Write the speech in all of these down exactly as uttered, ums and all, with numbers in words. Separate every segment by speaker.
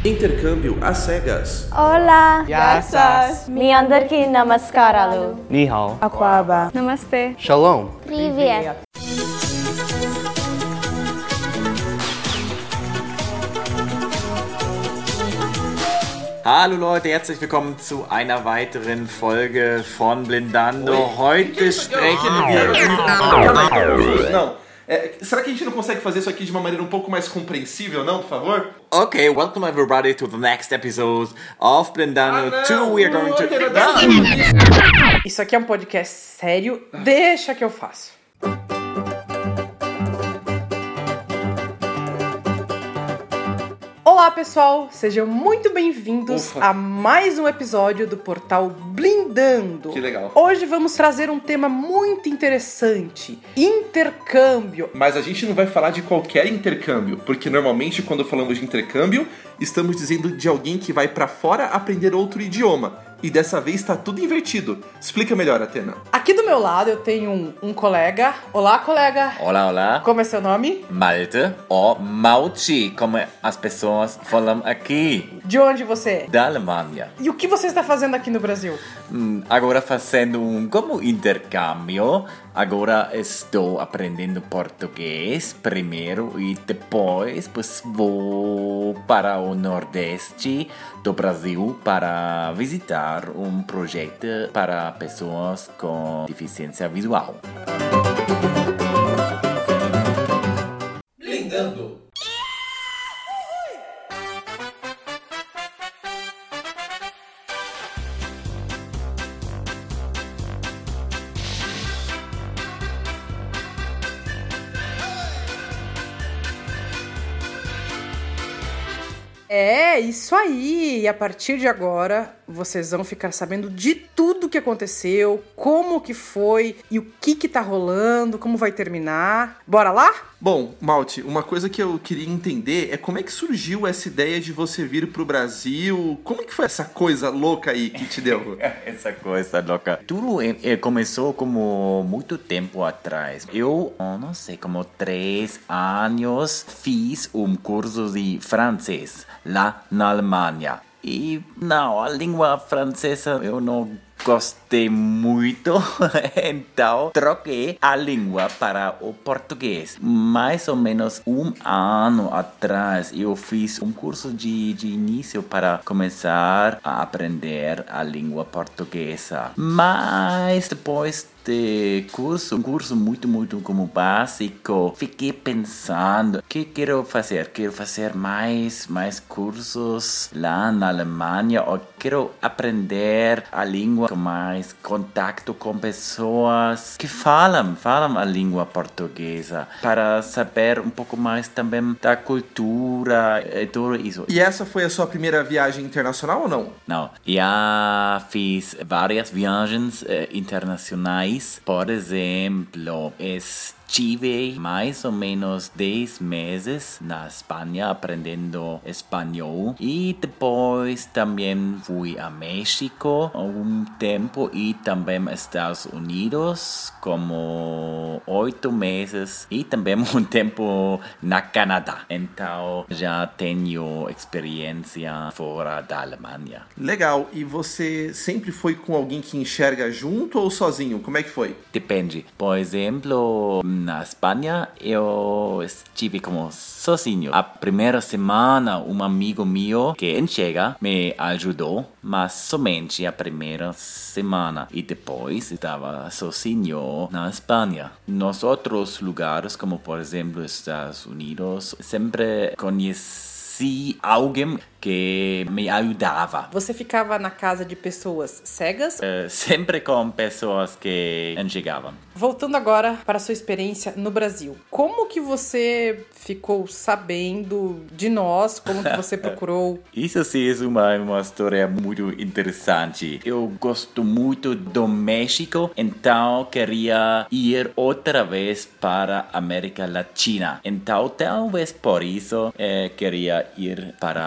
Speaker 1: Intercâmbio às cegas.
Speaker 2: Hola.
Speaker 3: Yassas.
Speaker 2: Mi అందరికీ నమస్కారాలు.
Speaker 3: Ni hao.
Speaker 2: Akwaba.
Speaker 4: Namaste.
Speaker 3: Shalom.
Speaker 2: Привет.
Speaker 5: Hallo Leute, herzlich willkommen zu einer weiteren Folge von Blindando. Heute sprechen wir über...
Speaker 1: Não, é, será que a gente não consegue fazer isso aqui de uma maneira um pouco mais compreensível, não, por favor?
Speaker 5: Okay, welcome everybody to the next episode of Blindando.
Speaker 1: Ah,
Speaker 5: two we are going to...
Speaker 6: Isso aqui é um podcast sério, deixa que eu faço. Olá pessoal, sejam muito bem-vindos
Speaker 1: Ufa.
Speaker 6: a mais um episódio do portal Blindando.
Speaker 1: Que legal.
Speaker 6: Hoje vamos trazer um tema muito interessante, intercâmbio.
Speaker 1: Mas a gente não vai falar de qualquer intercâmbio, porque normalmente quando falamos de intercâmbio, estamos dizendo de alguém que vai pra fora aprender outro idioma. E dessa vez tá tudo invertido. Explica melhor, Atena.
Speaker 6: Aqui do meu lado eu tenho um, um colega. Olá, colega.
Speaker 5: Olá, olá.
Speaker 6: Como é seu nome?
Speaker 5: Malte ou Mauti, como as pessoas falam aqui,
Speaker 6: De onde você é?
Speaker 5: da Alemanha.
Speaker 6: E o que você está fazendo aqui no Brasil?
Speaker 5: Hum, Agora fazendo um como intercâmbio. Agora estou aprendendo português primeiro e depois pues, vou para o Nordeste do Brasil para visitar um projeto para pessoas com deficiência visual.
Speaker 1: Blindando.
Speaker 6: É, isso aí! E a partir de agora, vocês vão ficar sabendo de tudo que aconteceu, como que foi e o que que tá rolando, como vai terminar. Bora lá?
Speaker 1: Bom, Malte, uma coisa que eu queria entender é como é que surgiu essa ideia de você vir pro Brasil? Como é que foi essa coisa louca aí que te deu?
Speaker 5: Essa coisa louca. Tudo eh, eh, começou como muito tempo atrás. Eu, oh, não sei, como três anos, fiz um curso de francês lá na Alemanha. E não, a língua francesa eu não gostei muito, então troquei a língua para o português. Mais ou menos um ano atrás eu fiz um curso de, de início para começar a aprender a língua portuguesa. Mas depois de curso, um curso muito, muito como básico, fiquei pensando, o que quero fazer? Quero fazer mais, mais cursos lá na Alemanha ou quero aprender a língua com mais contato com pessoas que falam, falam a língua portuguesa para saber um pouco mais também da cultura e tudo isso.
Speaker 1: E essa foi a sua primeira viagem internacional ou não?
Speaker 5: Não, já fiz várias viagens eh, internacionais. Por exemplo, estive mais ou menos dez meses na Espanha aprendendo espanhol e depois também fui a México um tempo e também Estados Unidos como oito meses e também um tempo na Canadá. Então já tenho experiência fora da Alemanha.
Speaker 1: Legal. E você sempre foi com alguém que enxerga junto ou sozinho? Como é que foi?
Speaker 5: Depende. Por exemplo, na Espanha eu estive como sozinho. A primeira semana um amigo meu que enxerga me ajudou, mas somente a primeira semana. E depois estava sozinho na Espanha. Nos outros lugares, como por exemplo Estados Unidos, sempre conheci alguém que me ajudava.
Speaker 6: Você ficava na casa de pessoas cegas?
Speaker 5: Uh, sempre com pessoas que enxergavam.
Speaker 6: Voltando agora para a sua experiência no Brasil. Como que você ficou sabendo de nós? Como que você procurou?
Speaker 5: Isso sim é uma, uma história muito interessante. Eu gosto muito do México, então queria ir outra vez para a América Latina. Então talvez por isso eh, queria ir para o Brasil.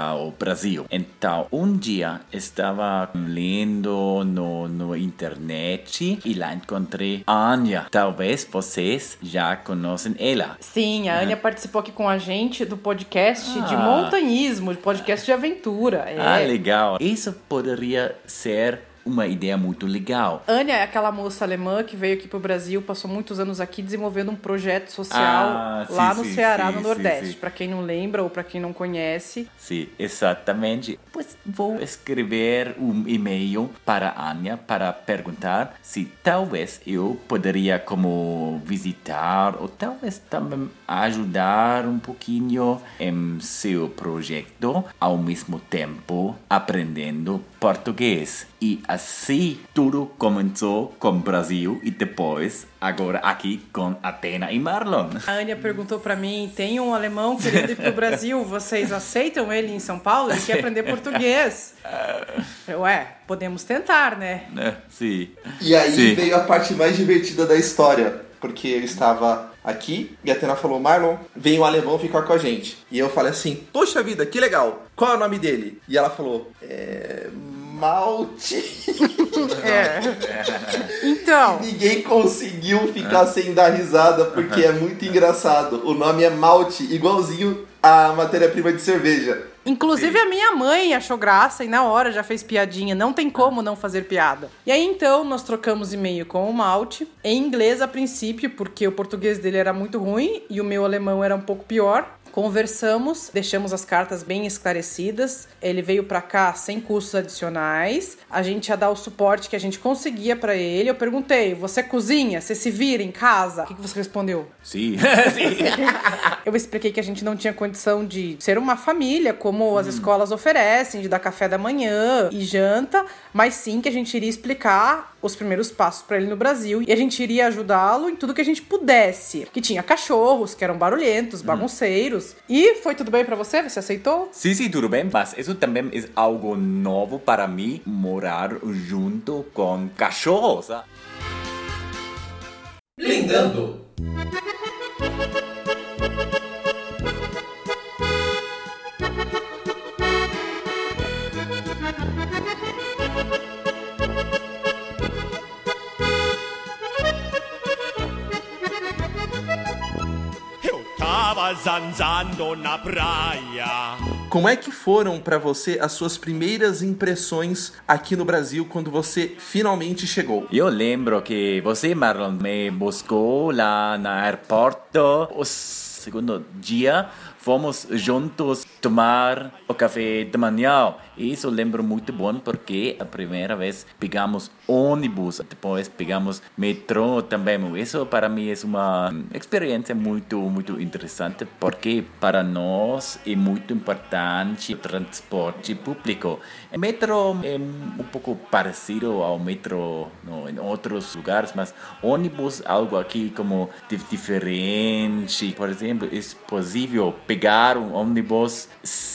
Speaker 5: Brasil. Então, um dia estava lendo no, no internet e lá encontrei a Anya. Talvez vocês já conhecem ela.
Speaker 6: Sim, a Anya participou aqui com a gente do podcast
Speaker 5: Ah.
Speaker 6: de montanhismo, de podcast de aventura. É.
Speaker 5: Ah, legal. Isso poderia ser uma ideia muito legal.
Speaker 6: Anya é aquela moça alemã que veio aqui pro Brasil, passou muitos anos aqui desenvolvendo um projeto social
Speaker 5: Ah, sim,
Speaker 6: lá no
Speaker 5: sim,
Speaker 6: Ceará,
Speaker 5: sim,
Speaker 6: no
Speaker 5: sim,
Speaker 6: Nordeste.
Speaker 5: sim.
Speaker 6: Pra quem não lembra ou pra quem não conhece.
Speaker 5: Sim, exatamente. Pois vou escrever um e-mail para a Anya para perguntar se talvez eu poderia como visitar ou talvez também ajudar um pouquinho em seu projeto, ao mesmo tempo aprendendo português. E assim tudo começou com o Brasil e depois agora aqui com Athena e Marlon.
Speaker 6: A Anya perguntou pra mim, tem um alemão querendo ir pro Brasil, vocês aceitam ele em São Paulo? Ele quer aprender português. Eu, Ué, podemos tentar, né?
Speaker 5: É, sim.
Speaker 1: E aí
Speaker 5: Sim.
Speaker 1: veio a parte mais divertida da história, porque eu estava aqui e a Athena falou, Marlon, vem um alemão ficar com a gente. E eu falei assim, poxa vida, que legal, qual é o nome dele? E ela falou, é... Malte.
Speaker 6: É. Então...
Speaker 1: Ninguém conseguiu ficar sem dar risada, porque é muito engraçado. O nome é Malte, igualzinho a matéria-prima de cerveja.
Speaker 6: Inclusive a minha mãe achou graça e na hora já fez piadinha. Não tem como não fazer piada. E aí então nós trocamos e-mail com o Malte. Em inglês a princípio, porque o português dele era muito ruim e o meu alemão era um pouco pior. Conversamos, deixamos as cartas bem esclarecidas. Ele veio pra cá sem custos adicionais. A gente ia dar o suporte que a gente conseguia pra ele. Eu perguntei, você cozinha? Você se vira em casa? O que que você respondeu?
Speaker 5: Sim. Sim.
Speaker 6: Eu expliquei que a gente não tinha condição de ser uma família, como as escolas oferecem, de dar café da manhã e janta, mas sim que a gente iria explicar os primeiros passos pra ele no Brasil e a gente iria ajudá-lo em tudo que a gente pudesse. Que tinha cachorros, que eram barulhentos, bagunceiros. E foi tudo bem pra você? Você aceitou?
Speaker 5: Sim, sim, tudo bem, mas isso também é algo novo para mim, morar junto com cachorros. ah.
Speaker 1: Blindando.
Speaker 3: Eu tava zanzando na praia.
Speaker 1: Como é que foram pra você as suas primeiras impressões aqui no Brasil quando você finalmente chegou?
Speaker 5: Eu lembro que você, Marlon, me buscou lá no aeroporto. O segundo dia, fomos juntos tomar o café de manhã. Isso eu lembro muito bom porque a primeira vez pegamos ônibus, depois pegamos metrô também. Isso para mim é uma experiência muito, muito interessante porque para nós é muito importante o transporte público. O metrô é um pouco parecido ao metrô no, em outros lugares, mas ônibus algo aqui como diferente. Por exemplo, é possível pegar um ônibus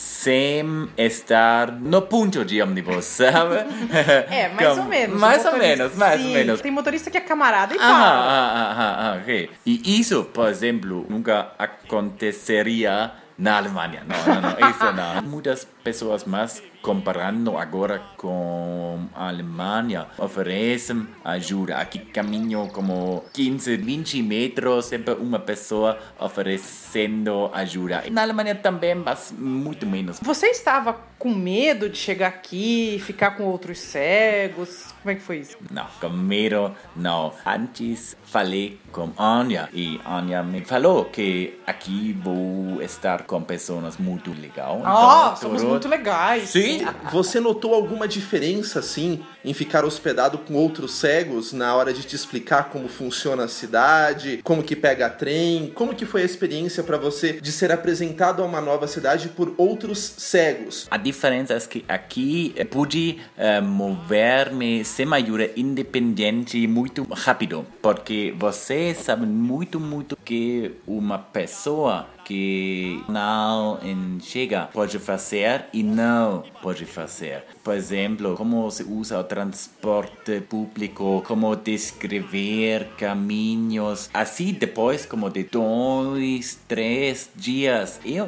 Speaker 5: sem estar no ponto de ônibus, sabe?
Speaker 6: É, mais
Speaker 5: Como-
Speaker 6: ou menos.
Speaker 5: Mais
Speaker 6: O
Speaker 5: ou
Speaker 6: motorista-
Speaker 5: menos, mais
Speaker 6: Sim,
Speaker 5: ou menos.
Speaker 6: Tem motorista que é camarada e
Speaker 5: Ah,
Speaker 6: para.
Speaker 5: ah, ah, ah, ok. E isso, por exemplo, nunca aconteceria na Alemanha. Não, não, não, isso não. Muitas pessoas mais comparando agora com a Alemanha oferecem ajuda. Aqui caminho como quinze, vinte metros, sempre uma pessoa oferecendo ajuda. Na Alemanha também, mas muito menos.
Speaker 6: Você estava com medo de chegar aqui e ficar com outros cegos? Como é que foi isso?
Speaker 5: Não, com medo, não. Antes falei com Anya e Anya me falou que aqui vou estar com pessoas muito legais.
Speaker 6: Ah,
Speaker 5: Então,
Speaker 6: somos
Speaker 5: tudo-
Speaker 6: muito legais.
Speaker 5: Sim,
Speaker 1: Você notou alguma diferença, assim, em ficar hospedado com outros cegos na hora de te explicar como funciona a cidade, como que pega trem, como que foi a experiência pra você de ser apresentado a uma nova cidade por outros cegos?
Speaker 5: a diferença é que aqui eh, pude eh, mover-me sem ajuda independente muito rápido, porque você sabe muito, muito que uma pessoa que não enxerga, pode fazer e não pode fazer. Por exemplo, como se usa o transporte público, como descrever caminhos. Assim, depois, como de dois, três dias, eu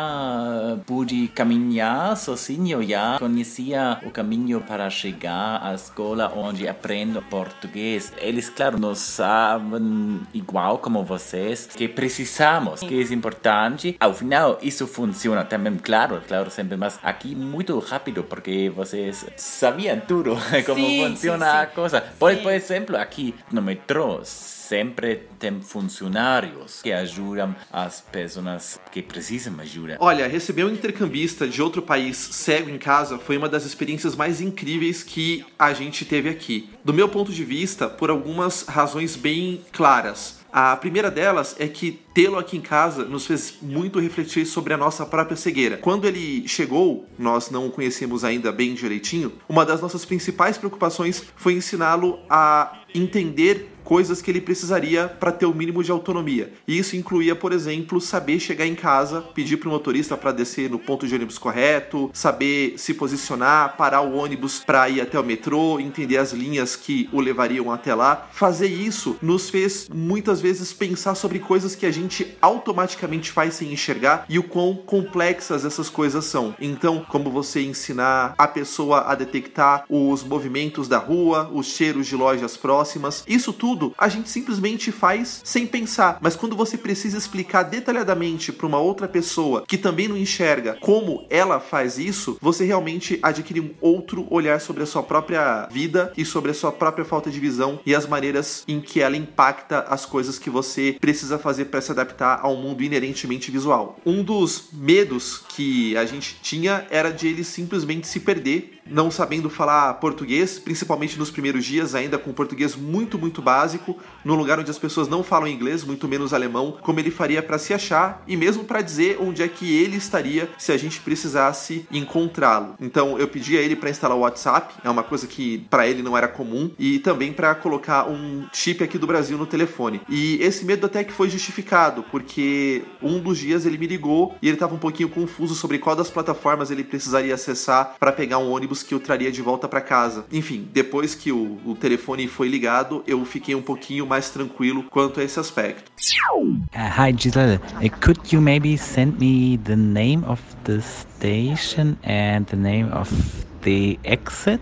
Speaker 5: já pude caminhar sozinho, já conhecia o caminho para chegar à escola onde aprendo português. Eles, claro, não sabem igual como vocês que precisamos, que é importante. Ao final, isso funciona também, claro, claro, sempre, mas aqui muito rápido, porque vocês sabiam tudo, como
Speaker 6: sim,
Speaker 5: funciona
Speaker 6: sim, sim.
Speaker 5: a coisa. Por, por exemplo, aqui no metrô, sempre tem funcionários que ajudam as pessoas que precisam de ajuda.
Speaker 1: Olha, receber um intercambista de outro país cego em casa foi uma das experiências mais incríveis que a gente teve aqui. Do meu ponto de vista, por algumas razões bem claras. A primeira delas é que tê-lo aqui em casa nos fez muito refletir sobre a nossa própria cegueira. Quando ele chegou, nós não o conhecemos ainda bem direitinho, uma das nossas principais preocupações foi ensiná-lo a entender coisas que ele precisaria para ter o mínimo de autonomia. E isso incluía, por exemplo, saber chegar em casa, pedir para o motorista para descer no ponto de ônibus correto, saber se posicionar, parar o ônibus para ir até o metrô, entender as linhas que o levariam até lá. Fazer isso nos fez muitas vezes pensar sobre coisas que a gente automaticamente faz sem enxergar e o quão complexas essas coisas são. Então, como você ensinar a pessoa a detectar os movimentos da rua, os cheiros de lojas próximas, isso tudo a gente simplesmente faz sem pensar, mas quando você precisa explicar detalhadamente para uma outra pessoa que também não enxerga como ela faz isso, você realmente adquire um outro olhar sobre a sua própria vida e sobre a sua própria falta de visão e as maneiras em que ela impacta as coisas que você precisa fazer para se adaptar a um mundo inerentemente visual. Um dos medos que a gente tinha era de ele simplesmente se perder, não sabendo falar português, principalmente nos primeiros dias, ainda com português muito, muito básico, num lugar onde as pessoas não falam inglês, muito menos alemão, como ele faria para se achar e mesmo para dizer onde é que ele estaria se a gente precisasse encontrá-lo. Então eu pedi a ele para instalar o WhatsApp, é uma coisa que para ele não era comum, e também para colocar um chip aqui do Brasil no telefone. E esse medo até que foi justificado, porque um dos dias ele me ligou e ele estava um pouquinho confuso sobre qual das plataformas ele precisaria acessar para pegar um ônibus que o traria de volta para casa. Enfim, depois que o, o telefone foi ligado, eu fiquei um pouquinho mais tranquilo quanto a esse aspecto.
Speaker 4: Uh, hi Giselle, uh, could you maybe send me the name of the station and the name of the exit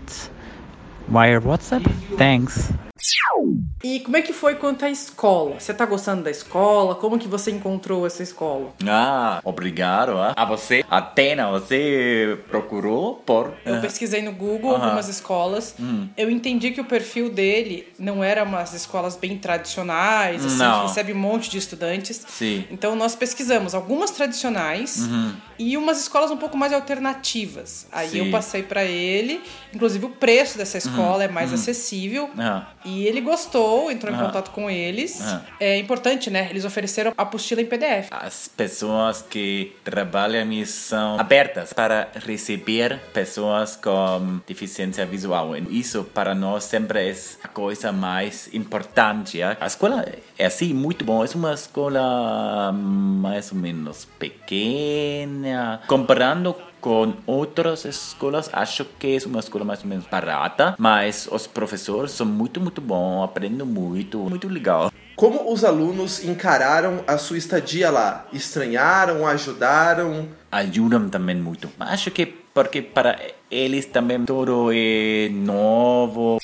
Speaker 4: via WhatsApp? Thanks.
Speaker 6: E como é que foi quanto à escola? Você tá gostando da escola? Como que você encontrou essa escola?
Speaker 5: Ah, obrigado. Ah. A você, Atena, você procurou por...
Speaker 6: Eu pesquisei no Google
Speaker 5: uh-huh.
Speaker 6: algumas escolas. Hum. Eu entendi que o perfil dele não era umas escolas bem tradicionais, assim,
Speaker 5: não.
Speaker 6: que recebe um monte de estudantes.
Speaker 5: Sim.
Speaker 6: Então nós pesquisamos algumas tradicionais uhum. e umas escolas um pouco mais alternativas. Aí Sim. eu passei para ele, inclusive o preço dessa escola uhum. é mais uhum. acessível. Uhum. E ele gostou, entrou em uhum. contato com eles. Uhum. É importante, né? Eles ofereceram a apostila em P D F.
Speaker 5: As pessoas que trabalham são abertas para receber pessoas com deficiência visual. Isso para nós sempre é a coisa mais importante. A escola é assim, muito bom. É uma escola mais ou menos pequena. Comparando com outras escolas, acho que é uma escola mais ou menos barata, mas os professores são muito, muito bons, aprendem muito, muito legal.
Speaker 1: Como os alunos encararam a sua estadia lá? Estranharam, ajudaram?
Speaker 5: Ajudam também muito. Acho que porque para eles também tudo é novo.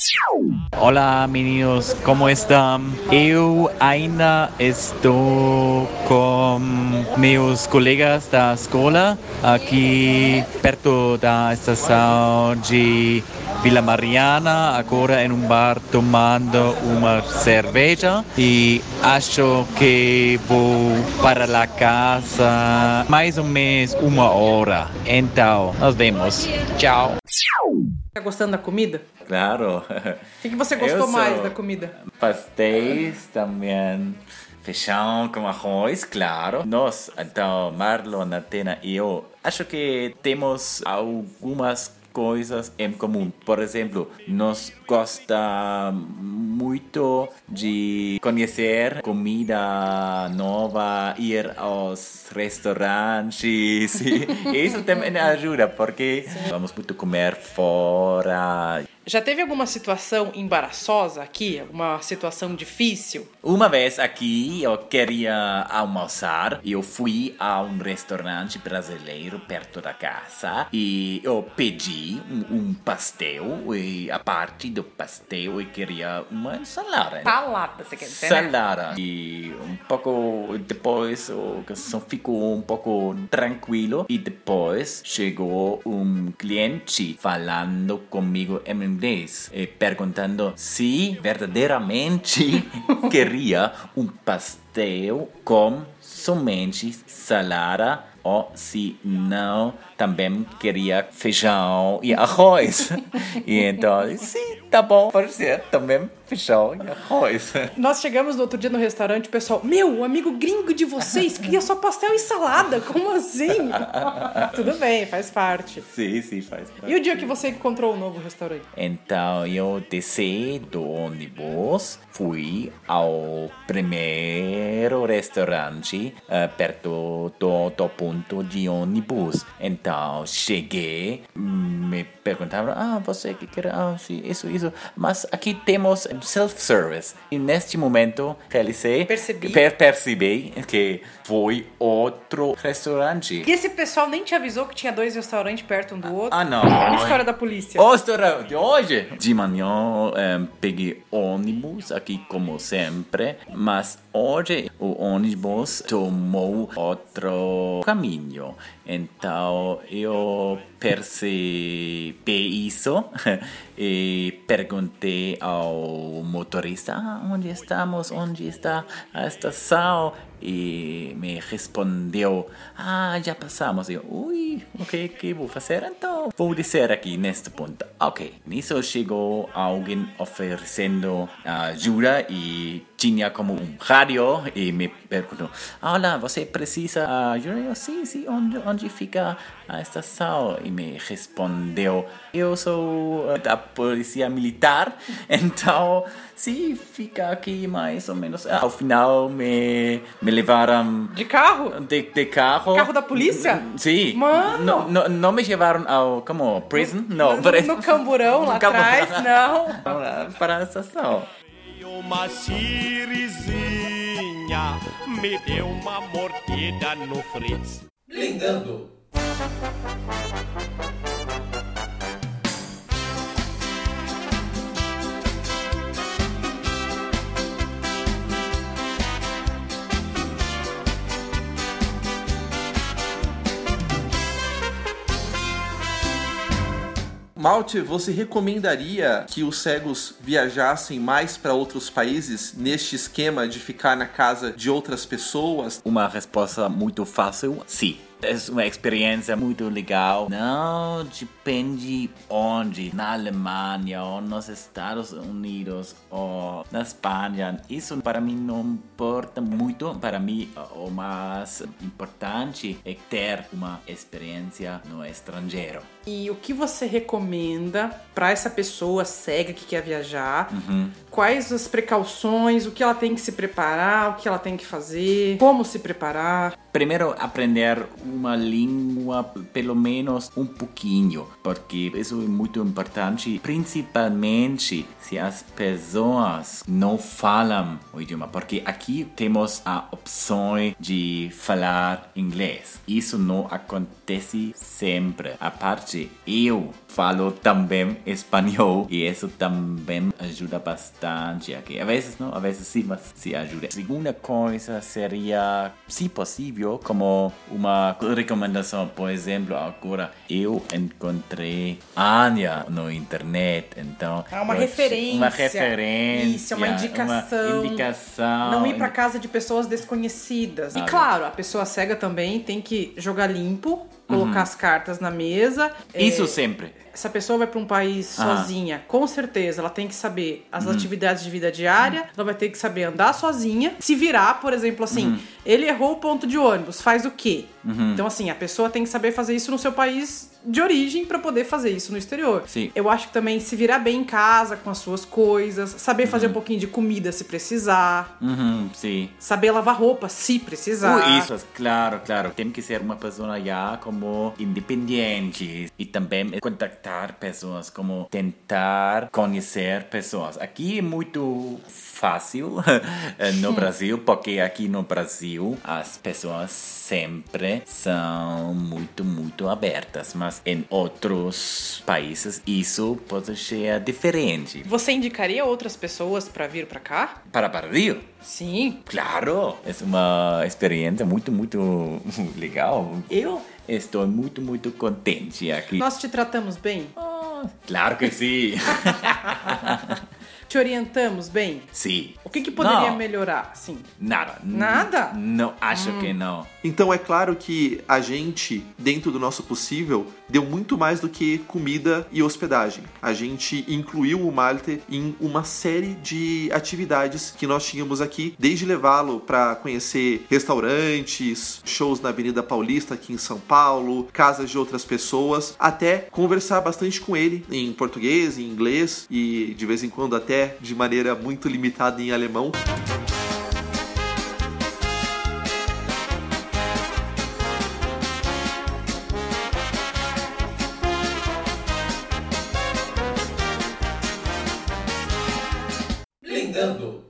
Speaker 4: Olá meninos, como estão? Eu ainda estou com meus colegas da escola aqui perto da estação de Vila Mariana, agora em um bar tomando uma cerveja e acho que vou para a casa mais ou menos uma hora. Então, nos vemos. Tchau.
Speaker 6: Tá gostando da comida?
Speaker 5: Claro.
Speaker 6: O que, que você gostou mais da comida?
Speaker 5: Pastéis também. Feijão com arroz, claro. Nós, então, Marlon, Atena e eu, acho que temos algumas coisas em comum. Por exemplo, nós gosta muito de conhecer comida nova, ir aos restaurantes. Isso também ajuda, porque Sim. vamos muito comer fora.
Speaker 6: Já teve alguma situação embaraçosa aqui? Alguma situação difícil?
Speaker 5: Uma vez aqui eu queria almoçar. Eu fui a um restaurante brasileiro perto da casa e eu pedi um, um pastel e a parte do pastel eu queria uma salada.
Speaker 6: Salada, você quer dizer,
Speaker 5: Salada.
Speaker 6: Né?
Speaker 5: E um pouco depois o garçom ficou um pouco tranquilo e depois chegou um cliente falando comigo em inglês, eh, perguntando se verdadeiramente queria um pastel com somente salada ou se não também queria feijão e arroz. E então, sim, tá bom, pode ser também feijão e arroz.
Speaker 6: Nós chegamos no outro dia no restaurante, o pessoal, meu, o amigo gringo de vocês queria só pastel e salada, como assim? Tudo bem, faz parte.
Speaker 5: Sim, sim, faz parte.
Speaker 6: E o dia que você encontrou um novo restaurante?
Speaker 5: Então, eu desci do ônibus, fui ao primeiro restaurante uh, perto do, do ponto de ônibus. Então, cheguei, me perguntaram, ah, você que quer, ah, sim, isso, isso. Mas aqui temos self-service. E neste momento, realizei,
Speaker 6: percebi.
Speaker 5: Per, percebi que foi outro restaurante.
Speaker 6: E esse pessoal nem te avisou que tinha dois restaurantes perto um do outro?
Speaker 5: Ah, não.
Speaker 6: A história da polícia.
Speaker 5: A história de hoje. De manhã, um, peguei ônibus aqui, como sempre. Mas hoje, o ônibus tomou outro caminho. Então, eu percebi isso e perguntei ao motorista, ah, onde estamos, onde está a estação? E me respondeu, ah, já passamos. Eu, ui, o que, que vou fazer? Então, vou descer aqui neste ponto. Ok, nisso chegou alguém oferecendo ajuda e tinha como um rádio e me perguntou, olá, você precisa ajuda? Eu, sim, sim, onde, onde fica a estação? E me respondeu, eu sou da polícia militar, então, sim, fica aqui mais ou menos. Ao final, me, me levaram...
Speaker 6: De carro?
Speaker 5: De, de carro.
Speaker 6: Carro da polícia?
Speaker 5: Sim.
Speaker 6: Mano!
Speaker 5: Não, não, não me levaram ao, como, prison? Não.
Speaker 6: No, no, no camburão, lá atrás, não.
Speaker 5: Para a estação.
Speaker 3: Uma sirizinha me deu uma mordida no Fritz.
Speaker 1: Blindando. Malte, você recomendaria que os cegos viajassem mais para outros países neste esquema de ficar na casa de outras pessoas?
Speaker 5: Uma resposta muito fácil, sim. É uma experiência muito legal. Não depende onde, na Alemanha ou nos Estados Unidos ou na Espanha. Isso para mim não importa muito. Para mim o mais importante é ter uma experiência no estrangeiro.
Speaker 6: E o que você recomenda para essa pessoa cega que quer viajar?
Speaker 5: Uhum.
Speaker 6: Quais as precauções? O que ela tem que se preparar? O que ela tem que fazer? Como se preparar?
Speaker 5: Primeiro, aprender uma língua, pelo menos um pouquinho, porque isso é muito importante, principalmente se as pessoas não falam o idioma, porque aqui temos a opção de falar inglês. Isso não acontece sempre. A parte, eu falo também espanhol e isso também ajuda bastante aqui. Às vezes não, às vezes sim, mas se ajuda. A segunda coisa seria, se possível, como uma recomendação, por exemplo, agora eu encontrei Anya no internet, então...
Speaker 6: É uma referência.
Speaker 5: Uma referência.
Speaker 6: Isso, é uma indicação.
Speaker 5: Uma indicação.
Speaker 6: Não ir para casa de pessoas desconhecidas. E claro, a pessoa cega também tem que jogar limpo, colocar uhum. as cartas na mesa.
Speaker 5: Isso
Speaker 6: é...
Speaker 5: sempre.
Speaker 6: Essa pessoa vai para um país ah. sozinha, com certeza ela tem que saber as uhum. atividades de vida diária, uhum. ela vai ter que saber andar sozinha, se virar, por exemplo, assim, uhum. Ele errou o ponto de ônibus, faz o quê? Uhum. Então, assim, a pessoa tem que saber fazer isso no seu país de origem pra poder fazer isso no exterior.
Speaker 5: Sim.
Speaker 6: Eu acho que também se virar bem em casa com as suas coisas, saber fazer um pouquinho de comida se precisar.
Speaker 5: Uhum, sim.
Speaker 6: Saber lavar roupa se precisar.
Speaker 5: Uh, isso, claro, claro. Tem que ser uma pessoa já como independente e também contactar pessoas, como tentar conhecer pessoas. Aqui é muito fácil no Brasil, porque aqui no Brasil as pessoas sempre são muito, muito abertas, mas em outros países isso pode ser diferente.
Speaker 6: Você indicaria outras pessoas pra vir pra cá?
Speaker 5: Para para Rio?
Speaker 6: Sim.
Speaker 5: Claro, é uma experiência muito, muito legal. Eu estou muito, muito contente aqui.
Speaker 6: Nós te tratamos bem?
Speaker 5: Oh, claro que sim.
Speaker 6: Te orientamos bem?
Speaker 5: Sim.
Speaker 6: O que, que poderia
Speaker 5: não.
Speaker 6: melhorar? Sim.
Speaker 5: Nada.
Speaker 6: Nada?
Speaker 5: Não, acho
Speaker 6: hum.
Speaker 5: que não.
Speaker 1: Então é claro que a gente, dentro do nosso possível, deu muito mais do que comida e hospedagem. A gente incluiu o Malte em uma série de atividades que nós tínhamos aqui, desde levá-lo para conhecer restaurantes, shows na Avenida Paulista aqui em São Paulo, casas de outras pessoas, até conversar bastante com ele em português, em inglês e de vez em quando até de maneira muito limitada em alemão. Blindando.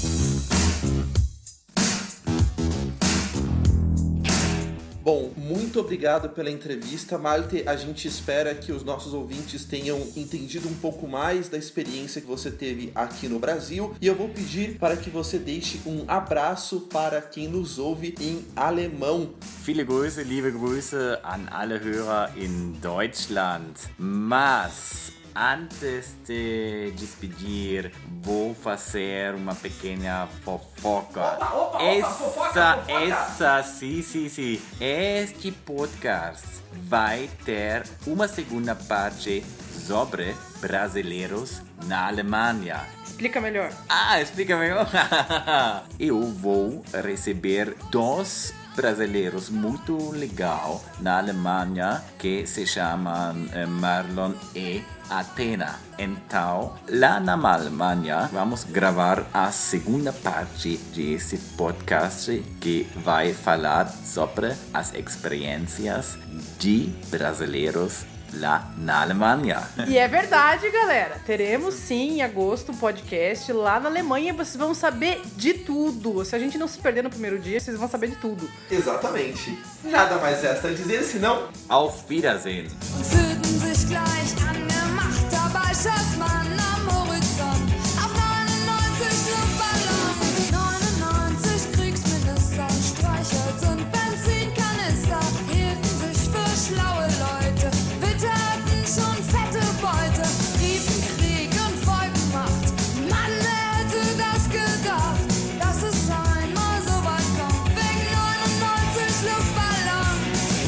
Speaker 1: Bom, muito obrigado pela entrevista, Malte. A gente espera que os nossos ouvintes tenham entendido um pouco mais da experiência que você teve aqui no Brasil. E eu vou pedir para que você deixe um abraço para quem nos ouve em alemão.
Speaker 5: Viele Grüße, liebe Grüße an alle Hörer in Deutschland. Mas antes de despedir, vou fazer uma pequena fofoca.
Speaker 1: Opa, opa,
Speaker 5: essa,
Speaker 1: opa, fofoca, fofoca.
Speaker 5: essa, sim, sim, sim. Este podcast vai ter uma segunda parte sobre brasileiros na Alemanha.
Speaker 6: Explica melhor.
Speaker 5: Ah, explica melhor. Eu vou receber dois brasileiros muito legal na Alemanha que se chamam Marlon e Atena. Então, lá na Alemanha, vamos gravar a segunda parte desse podcast que vai falar sobre as experiências de brasileiros lá na Alemanha.
Speaker 6: E é verdade, galera. Teremos sim em agosto um podcast lá na Alemanha. Vocês vão saber de tudo. Se a gente não se perder no primeiro dia, vocês vão saber de tudo.
Speaker 1: Exatamente. Nada mais resta a dizer, senão...
Speaker 5: Auf Wiedersehen.
Speaker 7: Und fühlten sich gleich angemacht, dabei schoss man am Horizont auf neunundneunzig Luftballons. neunundneunzig Kriegsminister, Streichholz und Benzinkanister hielten sich für schlaue Leute, witterten schon fette Beute, riefen Krieg und wollten Macht. Mann, wer hätte das gedacht, dass es einmal so weit kommt, wegen neunundneunzig Luftballons.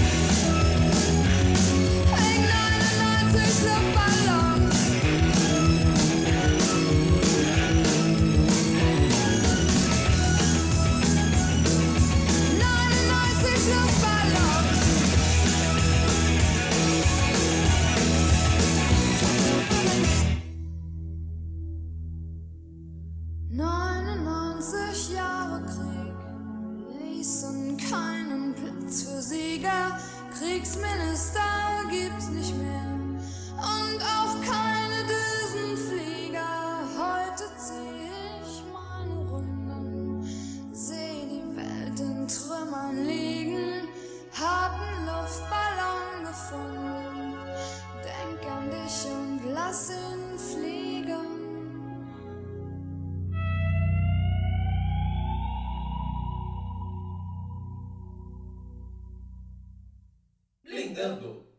Speaker 7: Wegen neunundneunzig Luftballons. neunundneunzig Luftballons. neunundneunzig Jahre Krieg ließen keinen Platz für Sieger. Kriegsminister gibt's nicht mehr und auch keine Düsenflieger. Heute zieh ich meine Runden, seh die Welt in Trümmern liegen, hab einen Luftballon gefunden, denk an dich und lass ihn fliegen.
Speaker 1: Blindando.